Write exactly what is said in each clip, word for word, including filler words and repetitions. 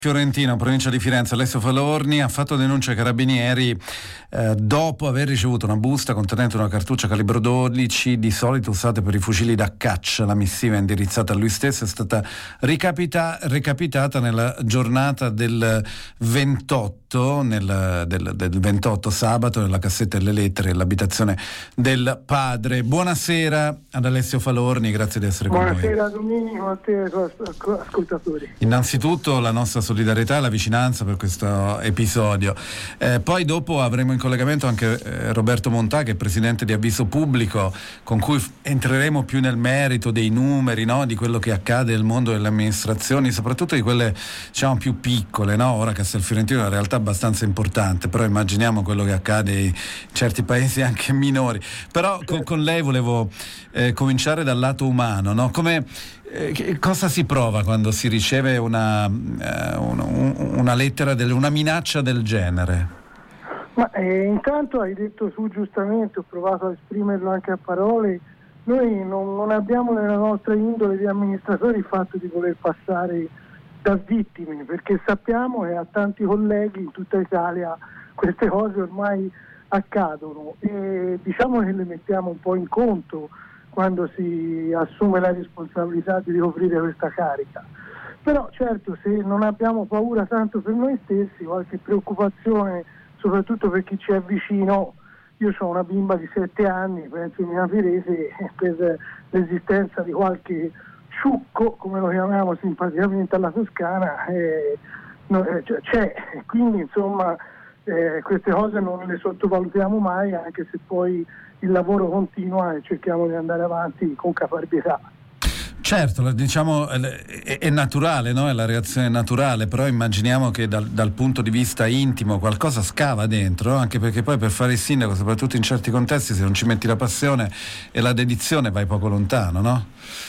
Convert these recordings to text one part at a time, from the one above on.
Fiorentino, provincia di Firenze. Alessio Falorni ha fatto denuncia ai carabinieri eh, dopo aver ricevuto una busta contenente una cartuccia calibro dodici, di solito usata per i fucili da caccia. La missiva indirizzata a lui stesso è stata ricapita- recapitata nella giornata del ventotto, nel, del, del ventotto sabato, nella cassetta delle lettere dell'abitazione del padre. Buonasera ad Alessio Falorni, grazie di essere Buonasera, con noi. Buonasera Domenico, a te e ai tuoi ascoltatori. Innanzitutto la nostra solidarietà e la vicinanza per questo episodio. Eh, poi dopo avremo in collegamento anche eh, Roberto Montà, che è presidente di Avviso Pubblico, con cui f- entreremo più nel merito dei numeri, no? Di quello che accade nel mondo delle amministrazioni, soprattutto di quelle, diciamo, più piccole, no? Ora Castelfiorentino è una realtà abbastanza importante, però immaginiamo quello che accade in certi paesi anche minori. Però certo. con, con lei volevo eh, cominciare dal lato umano, no? Come Eh, cosa si prova quando si riceve una, eh, un, una lettera, del, una minaccia del genere? Ma eh, intanto hai detto tu giustamente, ho provato a esprimerlo anche a parole, noi non, non abbiamo nella nostra indole di amministratori il fatto di voler passare da vittime, perché sappiamo che a tanti colleghi in tutta Italia queste cose ormai accadono e diciamo che le mettiamo un po' in conto quando si assume la responsabilità di ricoprire questa carica. Però certo, se non abbiamo paura tanto per noi stessi, qualche preoccupazione soprattutto per chi ci è vicino. Io ho una bimba di sette anni, penso in Pirese, per l'esistenza di qualche ciucco, come lo chiamiamo simpaticamente alla Toscana, eh, no, eh, c'è, quindi insomma eh, queste cose non le sottovalutiamo mai, anche se poi il lavoro continua e cerchiamo di andare avanti con caparbietà. Certo, diciamo è, è naturale, no? È la reazione naturale, però immaginiamo che dal, dal punto di vista intimo qualcosa scava dentro, anche perché poi per fare il sindaco, soprattutto in certi contesti, se non ci metti la passione e la dedizione vai poco lontano, no?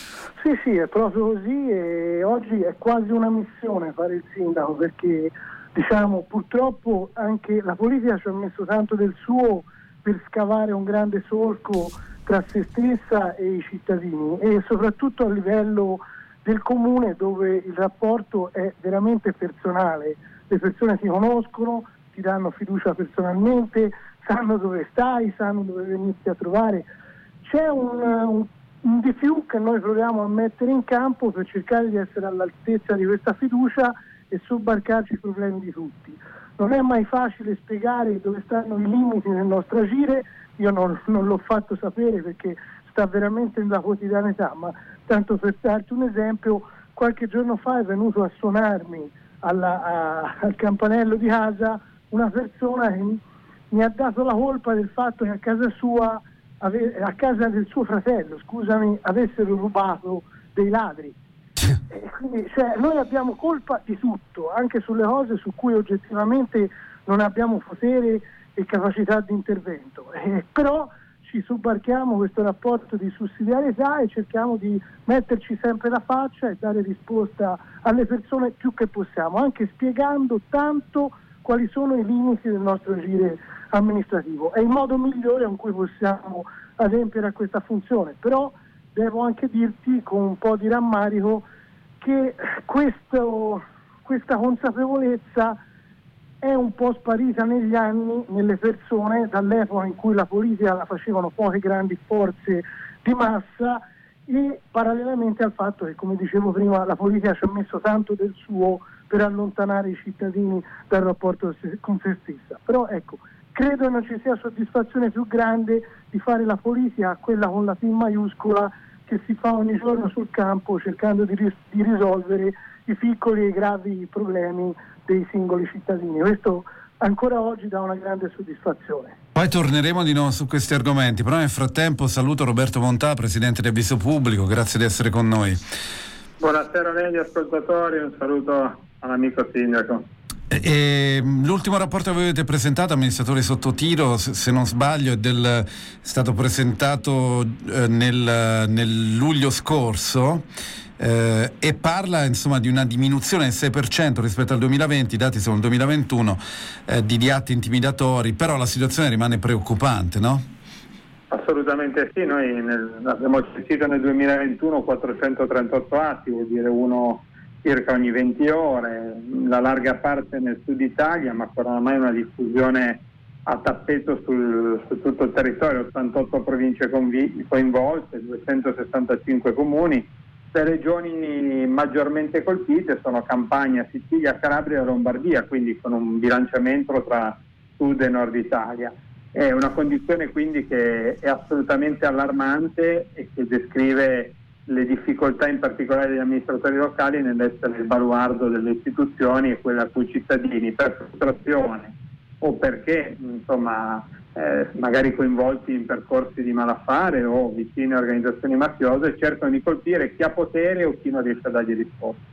Sì, sì, è proprio così e oggi è quasi una missione fare il sindaco, perché diciamo purtroppo anche la politica ci ha messo tanto del suo per scavare un grande solco tra se stessa e i cittadini e soprattutto a livello del comune, dove il rapporto è veramente personale. Le persone ti conoscono, ti danno fiducia personalmente, sanno dove stai, sanno dove venirti a trovare. C'è un, un, un di più che noi proviamo a mettere in campo per cercare di essere all'altezza di questa fiducia e sobbarcarci i problemi di tutti. Non è mai facile spiegare dove stanno i limiti nel nostro agire, io non, non l'ho fatto sapere perché sta veramente nella quotidianità, ma tanto per darti un esempio, qualche giorno fa è venuto a suonarmi alla, a, al campanello di casa una persona che mi ha dato la colpa del fatto che a casa sua, ave, a casa del suo fratello, scusami, avessero rubato dei ladri. E quindi cioè, noi abbiamo colpa di tutto, anche sulle cose su cui oggettivamente non abbiamo potere e capacità di intervento, eh, però ci sobbarchiamo questo rapporto di sussidiarietà e cerchiamo di metterci sempre la faccia e dare risposta alle persone più che possiamo, anche spiegando tanto quali sono i limiti del nostro agire amministrativo. È il modo migliore con cui possiamo adempiere a questa funzione, però devo anche dirti con un po' di rammarico che questo, questa consapevolezza è un po' sparita negli anni, nelle persone, dall'epoca in cui la politica la facevano poche grandi forze di massa e parallelamente al fatto che, come dicevo prima, la politica ci ha messo tanto del suo per allontanare i cittadini dal rapporto con se stessa. Però ecco, credo che non ci sia soddisfazione più grande di fare la politica, quella con la P maiuscola, che si fa ogni giorno sul campo cercando di, ris- di risolvere i piccoli e gravi problemi dei singoli cittadini. Questo ancora oggi dà una grande soddisfazione. Poi torneremo di nuovo su questi argomenti, però nel frattempo saluto Roberto Montà, presidente di Avviso Pubblico, grazie di essere con noi. Buonasera a lei, ascoltatori, un saluto all'amico sindaco. E l'ultimo rapporto che avete presentato, amministratori sotto tiro, se non sbaglio, è, del, è stato presentato eh, nel, nel luglio scorso eh, e parla insomma di una diminuzione del sei per cento rispetto al duemilaventi, i dati sono il duemilaventuno, eh, di, di atti intimidatori, però la situazione rimane preoccupante, no? Assolutamente sì, noi nel, abbiamo gestito nel duemilaventuno quattrocentotrentotto atti, vuol dire uno circa ogni venti ore, la larga parte nel sud Italia, ma con oramai una diffusione a tappeto sul, su tutto il territorio, ottantotto province convi- coinvolte, duecentosessantacinque comuni. Le regioni maggiormente colpite sono Campania, Sicilia, Calabria e Lombardia, quindi con un bilanciamento tra sud e nord Italia. È una condizione quindi che è assolutamente allarmante e che descrive le difficoltà in particolare degli amministratori locali nell'essere il baluardo delle istituzioni e quella a cui i cittadini, per frustrazione o perché insomma eh, magari coinvolti in percorsi di malaffare o vicini a organizzazioni mafiose, cercano di colpire chi ha potere o chi non riesce a dargli risposta.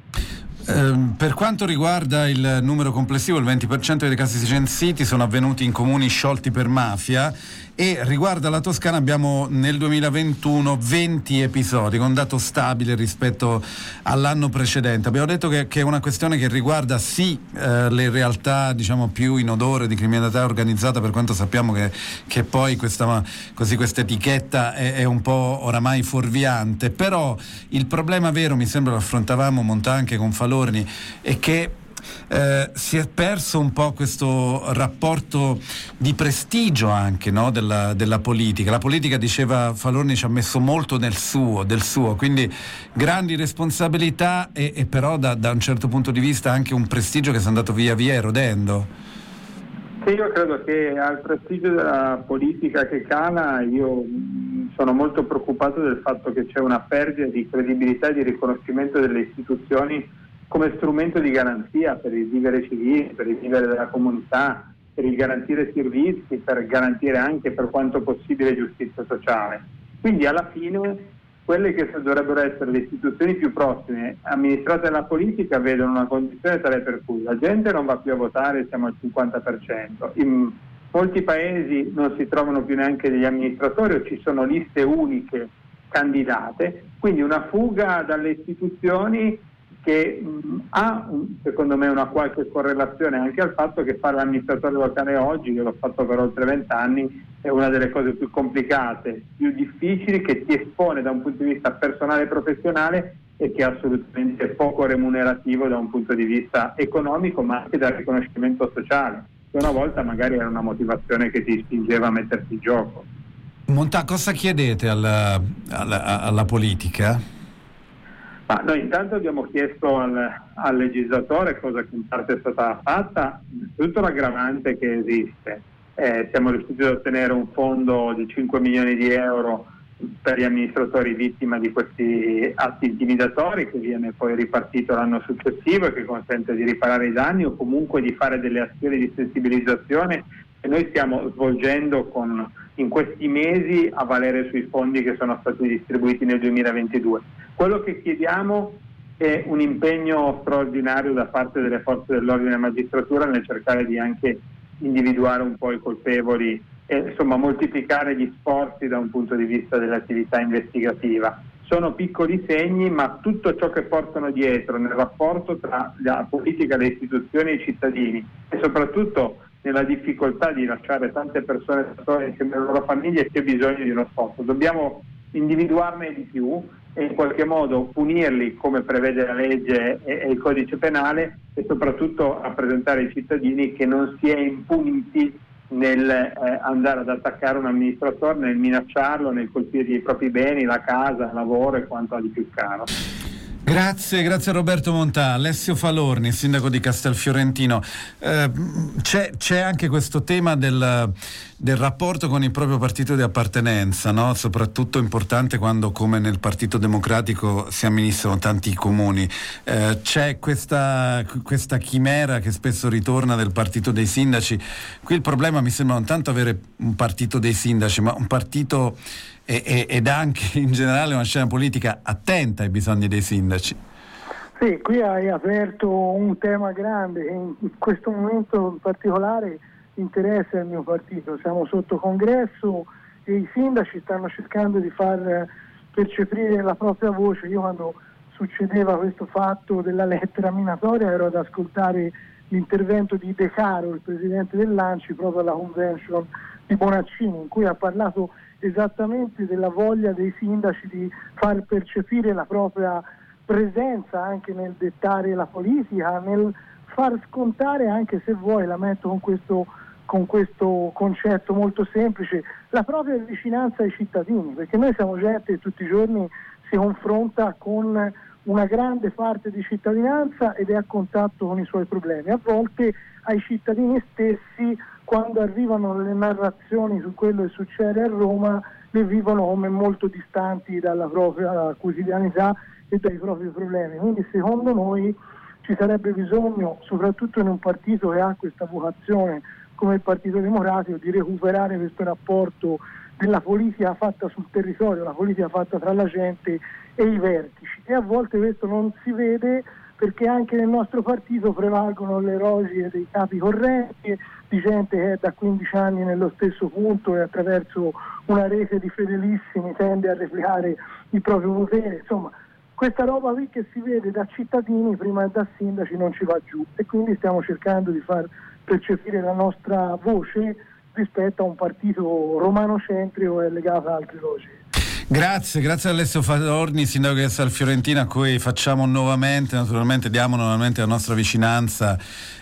Eh, per quanto riguarda il numero complessivo, il venti per cento dei casi censiti sono avvenuti in comuni sciolti per mafia, e riguardo alla Toscana abbiamo nel duemilaventuno venti episodi, con un dato stabile rispetto all'anno precedente. Abbiamo detto che, che è una questione che riguarda sì eh, le realtà diciamo più in odore di criminalità organizzata, per quanto sappiamo che, che poi questa così questa etichetta è, è un po' oramai fuorviante, però il problema vero, mi sembra lo affrontavamo Montà anche con Falorni, è che Eh, si è perso un po' questo rapporto di prestigio anche, no, della, della politica. La politica, diceva Falorni, ci ha messo molto nel suo, del suo, quindi grandi responsabilità e, e però da, da un certo punto di vista anche un prestigio che si è andato via via erodendo. Sì, io credo che al prestigio della politica che cala, io sono molto preoccupato del fatto che c'è una perdita di credibilità e di riconoscimento delle istituzioni come strumento di garanzia per il vivere civile, per il vivere della comunità, per il garantire servizi, per garantire anche per quanto possibile giustizia sociale. Quindi alla fine quelle che dovrebbero essere le istituzioni più prossime, amministrate dalla politica, vedono una condizione tale per cui la gente non va più a votare, siamo al cinquanta per cento. In molti paesi non si trovano più neanche degli amministratori o ci sono liste uniche candidate, quindi una fuga dalle istituzioni che mh, ha secondo me una qualche correlazione anche al fatto che fare l'amministratore locale oggi, che l'ho fatto per oltre vent'anni, è una delle cose più complicate, più difficili, che ti espone da un punto di vista personale e professionale e che è assolutamente poco remunerativo da un punto di vista economico, ma anche dal riconoscimento sociale, che una volta magari era una motivazione che ti spingeva a metterti in gioco. Montà, cosa chiedete alla, alla, alla politica? Ma noi intanto abbiamo chiesto al, al legislatore, cosa che in parte è stata fatta, innanzitutto l'aggravante che esiste. Eh, siamo riusciti ad ottenere un fondo di cinque milioni di euro per gli amministratori vittima di questi atti intimidatori, che viene poi ripartito l'anno successivo e che consente di riparare i danni o comunque di fare delle azioni di sensibilizzazione che noi stiamo svolgendo con, in questi mesi a valere sui fondi che sono stati distribuiti nel duemilaventidue. Quello che chiediamo è un impegno straordinario da parte delle forze dell'ordine e magistratura nel cercare di anche individuare un po' i colpevoli e insomma moltiplicare gli sforzi da un punto di vista dell'attività investigativa. Sono piccoli segni, ma tutto ciò che portano dietro nel rapporto tra la politica, le istituzioni e i cittadini, e soprattutto nella difficoltà di lasciare tante persone sole insieme alle loro famiglie, c'è bisogno di uno sforzo. Dobbiamo individuarne di più e in qualche modo punirli come prevede la legge e, e il codice penale, e soprattutto rappresentare ai cittadini che non si è impuniti nel eh, andare ad attaccare un amministratore, nel minacciarlo, nel colpire i propri beni, la casa, il lavoro e quanto ha di più caro. Grazie, grazie a Roberto Montà. Alessio Falorni, sindaco di Castelfiorentino. Eh, c'è, c'è anche questo tema del, del rapporto con il proprio partito di appartenenza, no? Soprattutto importante quando, come nel Partito Democratico, si amministrano tanti comuni. Eh, c'è questa, questa chimera che spesso ritorna del partito dei sindaci. Qui il problema mi sembra non tanto avere un partito dei sindaci, ma un partito ed anche in generale una scena politica attenta ai bisogni dei sindaci. Sì, qui hai aperto un tema grande che in questo momento in particolare interessa il mio partito. Siamo sotto congresso e i sindaci stanno cercando di far percepire la propria voce. Io, quando succedeva questo fatto della lettera minatoria, ero ad ascoltare l'intervento di De Caro, il presidente dell'Anci, proprio alla convention di Bonaccini, in cui ha parlato esattamente della voglia dei sindaci di far percepire la propria presenza anche nel dettare la politica, nel far scontare, anche se vuoi, la metto con questo, con questo concetto molto semplice, la propria vicinanza ai cittadini, perché noi siamo gente che tutti i giorni si confronta con una grande parte di cittadinanza ed è a contatto con i suoi problemi. A volte ai cittadini stessi, quando arrivano le narrazioni su quello che succede a Roma, le vivono come molto distanti dalla propria quotidianità e dai propri problemi. Quindi secondo noi ci sarebbe bisogno, soprattutto in un partito che ha questa vocazione come il Partito Democratico, di recuperare questo rapporto della politica fatta sul territorio, la politica fatta tra la gente e i vertici. E a volte questo non si vede, perché anche nel nostro partito prevalgono le rosee dei capi correnti, di gente che è da quindici anni nello stesso punto e attraverso una rete di fedelissimi tende a replicare il proprio potere. Insomma, questa roba qui che si vede da cittadini prima e da sindaci non ci va giù, e quindi stiamo cercando di far percepire la nostra voce rispetto a un partito romanocentrico e legato a altre logiche. Grazie, grazie a Alessio Fadorni, sindaco di Castel Fiorentino, a cui facciamo nuovamente, naturalmente diamo nuovamente la nostra vicinanza